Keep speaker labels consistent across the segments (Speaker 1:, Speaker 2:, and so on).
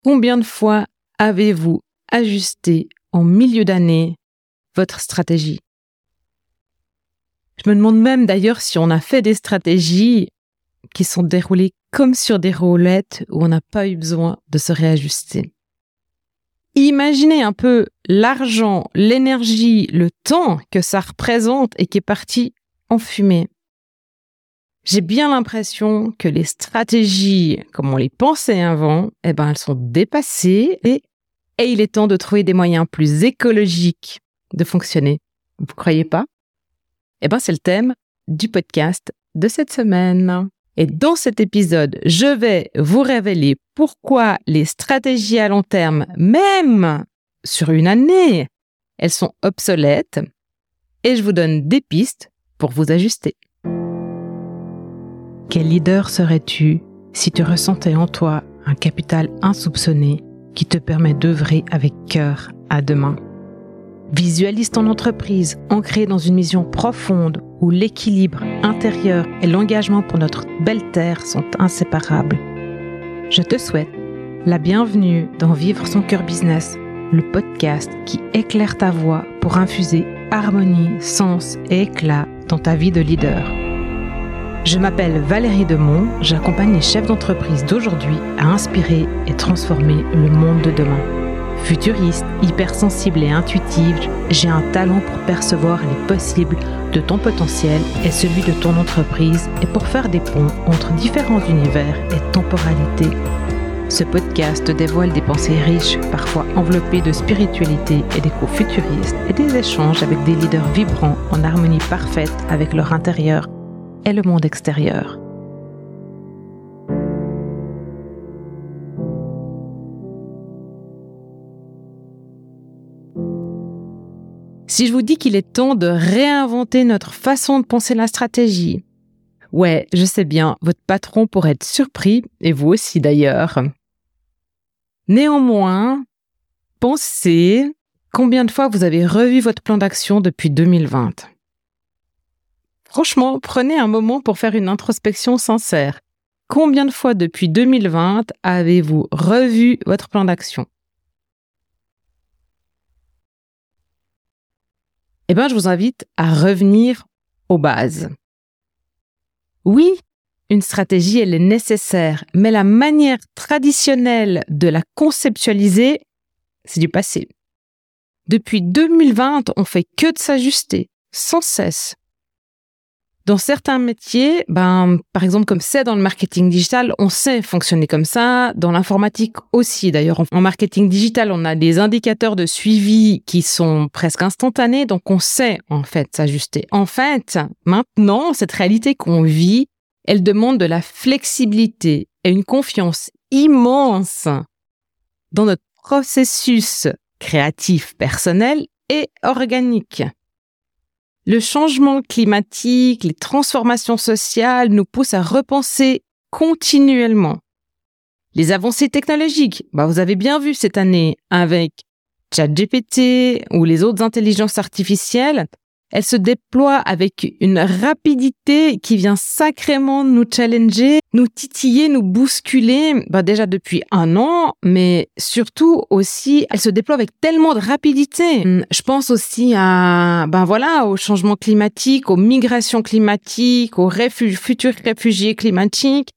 Speaker 1: Combien de fois avez-vous ajusté en milieu d'année votre stratégie? Je me demande même d'ailleurs si on a fait des stratégies qui sont déroulées comme sur des roulettes où on n'a pas eu besoin de se réajuster. Imaginez un peu l'argent, l'énergie, le temps que ça représente et qui est parti en fumée. J'ai bien l'impression que les stratégies, comme on les pensait avant, elles sont dépassées et il est temps de trouver des moyens plus écologiques de fonctionner. Vous croyez pas? C'est le thème du podcast de cette semaine. Et dans cet épisode, je vais vous révéler pourquoi les stratégies à long terme, même sur une année, elles sont obsolètes et je vous donne des pistes pour vous ajuster. Quel leader serais-tu si tu ressentais en toi un capital insoupçonné qui te permet d'œuvrer avec cœur à demain? Visualise ton entreprise ancrée dans une mission profonde où l'équilibre intérieur et l'engagement pour notre belle terre sont inséparables. Je te souhaite la bienvenue dans Vivre son cœur business, le podcast qui éclaire ta voix pour infuser harmonie, sens et éclat dans ta vie de leader. Je m'appelle Valérie Demont, j'accompagne les chefs d'entreprise d'aujourd'hui à inspirer et transformer le monde de demain. Futuriste, hypersensible et intuitive, j'ai un talent pour percevoir les possibles de ton potentiel et celui de ton entreprise et pour faire des ponts entre différents univers et temporalités. Ce podcast te dévoile des pensées riches, parfois enveloppées de spiritualité et d'échos futuristes et des échanges avec des leaders vibrants en harmonie parfaite avec leur intérieur et le monde extérieur. Si je vous dis qu'il est temps de réinventer notre façon de penser la stratégie, ouais, je sais bien, votre patron pourrait être surpris, et vous aussi d'ailleurs. Néanmoins, pensez combien de fois vous avez revu votre plan d'action depuis 2020. Franchement, prenez un moment pour faire une introspection sincère. Combien de fois depuis 2020 avez-vous revu votre plan d'action? Je vous invite à revenir aux bases. Oui, une stratégie, elle est nécessaire, mais la manière traditionnelle de la conceptualiser, c'est du passé. Depuis 2020, on fait que de s'ajuster, sans cesse. Dans certains métiers, par exemple comme c'est dans le marketing digital, on sait fonctionner comme ça. Dans l'informatique aussi, d'ailleurs, en marketing digital, on a des indicateurs de suivi qui sont presque instantanés, donc on sait en fait s'ajuster. En fait, maintenant, cette réalité qu'on vit, elle demande de la flexibilité et une confiance immense dans notre processus créatif personnel et organique. Le changement climatique, les transformations sociales nous poussent à repenser continuellement. Les avancées technologiques, vous avez bien vu cette année avec ChatGPT ou les autres intelligences artificielles, elles se déploient avec une rapidité qui vient sacrément nous challenger, nous titiller, nous bousculer, déjà depuis 1 an, mais surtout aussi, elles se déploient avec tellement de rapidité. Je pense aussi au changement climatique, aux migrations climatiques, aux futurs réfugiés climatiques.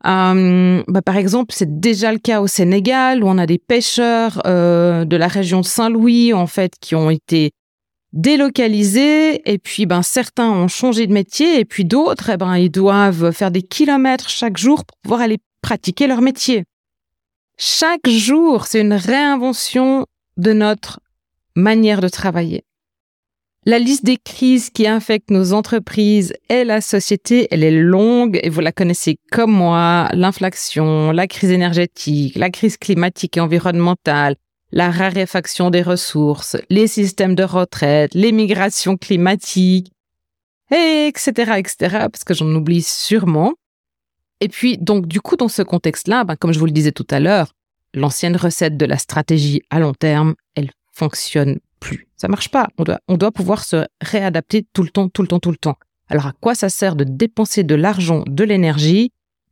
Speaker 1: Par exemple, c'est déjà le cas au Sénégal où on a des pêcheurs de la région de Saint-Louis en fait qui ont été délocalisés et puis certains ont changé de métier et puis d'autres ils doivent faire des kilomètres chaque jour pour pouvoir aller pratiquer leur métier. Chaque jour, c'est une réinvention de notre manière de travailler. La liste des crises qui infectent nos entreprises et la société, elle est longue et vous la connaissez comme moi. L'inflation, la crise énergétique, la crise climatique et environnementale, la raréfaction des ressources, les systèmes de retraite, les migrations climatiques, etc., parce que j'en oublie sûrement. Et puis, donc, du coup, dans ce contexte-là, comme je vous le disais tout à l'heure, l'ancienne recette de la stratégie à long terme, elle fonctionne plus. Ça marche pas. On doit pouvoir se réadapter tout le temps. Alors, à quoi ça sert de dépenser de l'argent, de l'énergie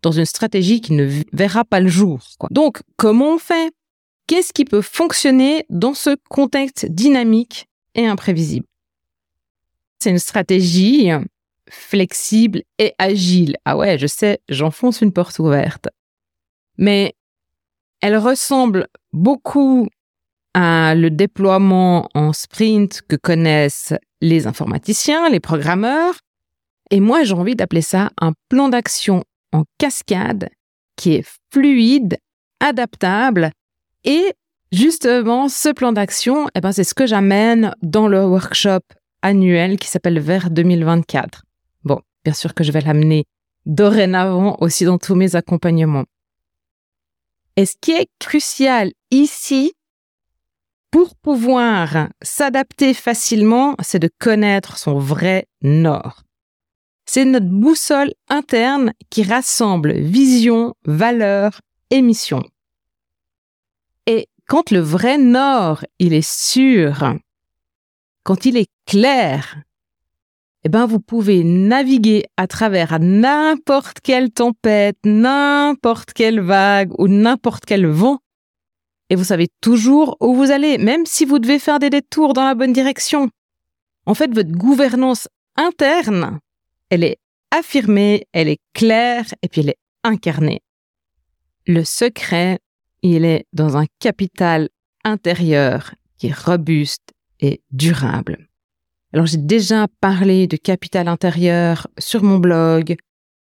Speaker 1: dans une stratégie qui ne verra pas le jour, quoi. Donc, comment on fait? Qu'est-ce qui peut fonctionner dans ce contexte dynamique et imprévisible? C'est une stratégie flexible et agile. Ah ouais, je sais, j'enfonce une porte ouverte. Mais elle ressemble beaucoup à le déploiement en sprint que connaissent les informaticiens, les programmeurs. Et moi, j'ai envie d'appeler ça un plan d'action en cascade qui est fluide, adaptable. Et justement, ce plan d'action, c'est ce que j'amène dans le workshop annuel qui s'appelle Vers 2024. Bon, bien sûr que je vais l'amener dorénavant aussi dans tous mes accompagnements. Et ce qui est crucial ici, pour pouvoir s'adapter facilement, c'est de connaître son vrai nord. C'est notre boussole interne qui rassemble vision, valeur et mission. Et quand le vrai nord, il est sûr, quand il est clair, vous pouvez naviguer à travers n'importe quelle tempête, n'importe quelle vague ou n'importe quel vent. Et vous savez toujours où vous allez, même si vous devez faire des détours dans la bonne direction. En fait, votre gouvernance interne, elle est affirmée, elle est claire et puis elle est incarnée. Le secret, il est dans un capital intérieur qui est robuste et durable. Alors, j'ai déjà parlé de capital intérieur sur mon blog,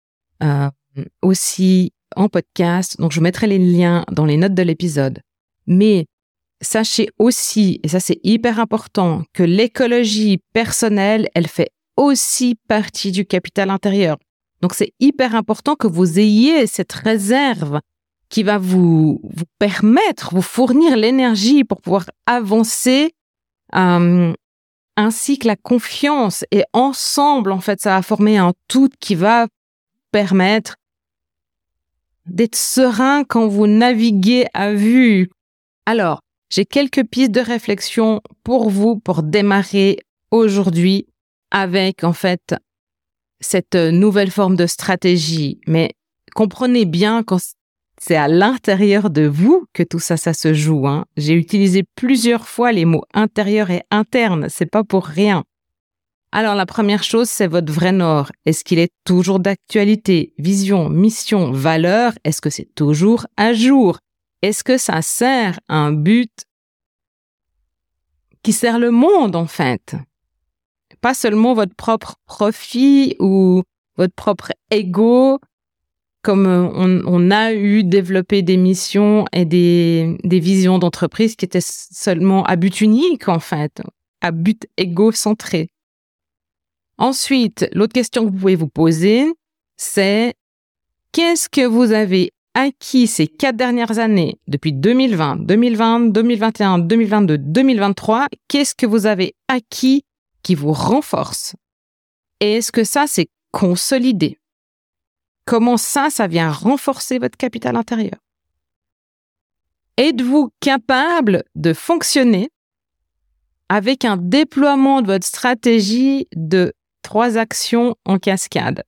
Speaker 1: aussi en podcast, donc je mettrai les liens dans les notes de l'épisode. Mais sachez aussi, et ça c'est hyper important, que l'écologie personnelle, elle fait aussi partie du capital intérieur. Donc, c'est hyper important que vous ayez cette réserve qui va vous permettre, vous fournir l'énergie pour pouvoir avancer, ainsi que la confiance. Et ensemble, en fait, ça va former un tout qui va permettre d'être serein quand vous naviguez à vue. Alors, j'ai quelques pistes de réflexion pour vous pour démarrer aujourd'hui avec, en fait, cette nouvelle forme de stratégie. Mais comprenez bien quand c'est à l'intérieur de vous que tout ça se joue, hein. J'ai utilisé plusieurs fois les mots intérieur et interne. C'est pas pour rien. Alors, la première chose, c'est votre vrai nord. Est-ce qu'il est toujours d'actualité? Vision, mission, valeur, est-ce que c'est toujours à jour? Est-ce que ça sert à un but qui sert le monde, en fait? Pas seulement votre propre profit ou votre propre ego, comme on a développé des missions et des visions d'entreprise qui étaient seulement à but unique, en fait, à but égocentré. Ensuite, l'autre question que vous pouvez vous poser, c'est qu'est-ce que vous avez acquis ces 4 dernières années, depuis 2020, 2021, 2022, 2023, qu'est-ce que vous avez acquis qui vous renforce? Et est-ce que ça, c'est consolidé? Comment ça vient renforcer votre capital intérieur? Êtes-vous capable de fonctionner avec un déploiement de votre stratégie de 3 actions en cascade?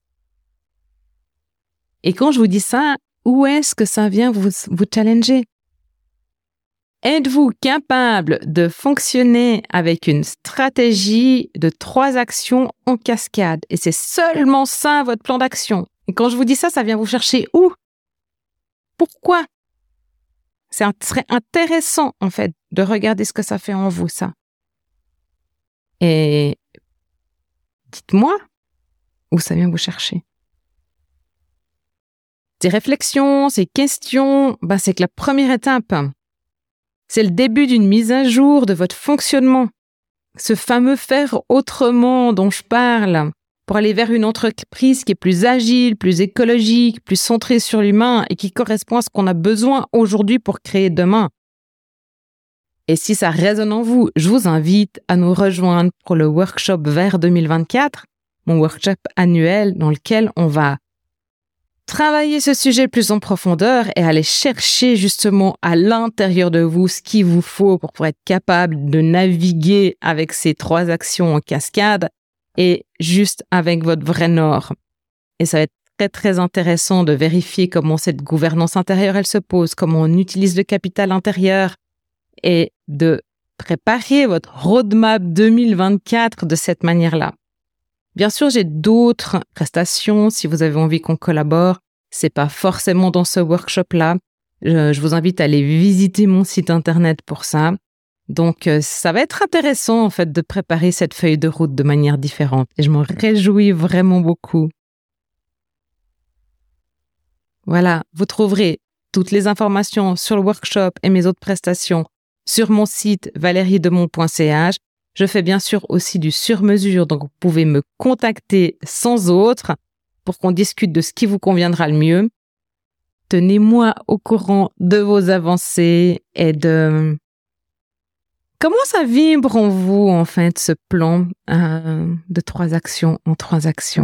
Speaker 1: Et quand je vous dis ça, où est-ce que ça vient vous challenger? Êtes-vous capable de fonctionner avec une stratégie de 3 actions en cascade? Et c'est seulement ça votre plan d'action. Et quand je vous dis ça, ça vient vous chercher où? Pourquoi? Ce serait intéressant, en fait, de regarder ce que ça fait en vous, ça. Et dites-moi où ça vient vous chercher. Ces réflexions, ces questions, c'est que la première étape, c'est le début d'une mise à jour de votre fonctionnement. Ce fameux faire autrement dont je parle, pour aller vers une entreprise qui est plus agile, plus écologique, plus centrée sur l'humain et qui correspond à ce qu'on a besoin aujourd'hui pour créer demain. Et si ça résonne en vous, je vous invite à nous rejoindre pour le workshop Vers 2024, mon workshop annuel dans lequel on va travailler ce sujet plus en profondeur et aller chercher justement à l'intérieur de vous ce qu'il vous faut pour être capable de naviguer avec ces 3 actions en cascade et juste avec votre vrai nord. Et ça va être très, très intéressant de vérifier comment cette gouvernance intérieure, elle se pose, comment on utilise le capital intérieur et de préparer votre roadmap 2024 de cette manière-là. Bien sûr, j'ai d'autres prestations. Si vous avez envie qu'on collabore, c'est pas forcément dans ce workshop-là. Je vous invite à aller visiter mon site internet pour ça. Donc, ça va être intéressant, en fait, de préparer cette feuille de route de manière différente. Et je m'en réjouis vraiment beaucoup. Voilà, vous trouverez toutes les informations sur le workshop et mes autres prestations sur mon site valeriedemont.ch. Je fais bien sûr aussi du sur-mesure, donc vous pouvez me contacter sans autre pour qu'on discute de ce qui vous conviendra le mieux. Tenez-moi au courant de vos avancées et de comment ça vibre en vous, en fait, ce plan de 3 actions en 3 actions.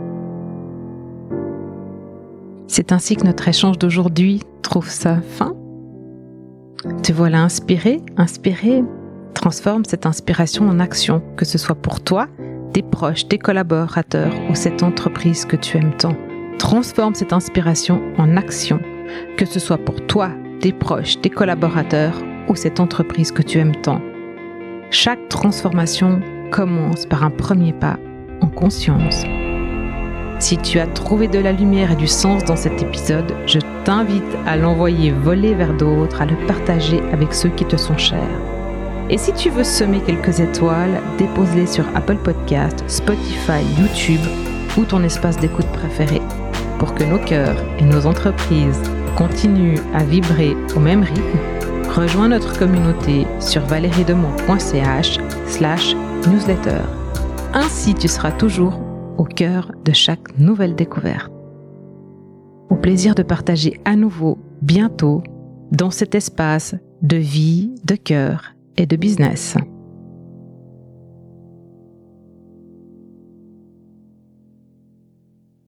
Speaker 1: C'est ainsi que notre échange d'aujourd'hui trouve sa fin. Te voilà inspiré. Transforme cette inspiration en action, que ce soit pour toi, tes proches, tes collaborateurs ou cette entreprise que tu aimes tant. Transforme cette inspiration en action, que ce soit pour toi, tes proches, tes collaborateurs ou cette entreprise que tu aimes tant. Chaque transformation commence par un premier pas en conscience. Si tu as trouvé de la lumière et du sens dans cet épisode, je t'invite à l'envoyer voler vers d'autres, à le partager avec ceux qui te sont chers. Et si tu veux semer quelques étoiles, dépose-les sur Apple Podcasts, Spotify, YouTube ou ton espace d'écoute préféré pour que nos cœurs et nos entreprises continuent à vibrer au même rythme. Rejoins notre communauté sur valeriedemont.ch/newsletter. Ainsi, tu seras toujours au cœur de chaque nouvelle découverte. Au plaisir de partager à nouveau, bientôt, dans cet espace de vie, de cœur et de business.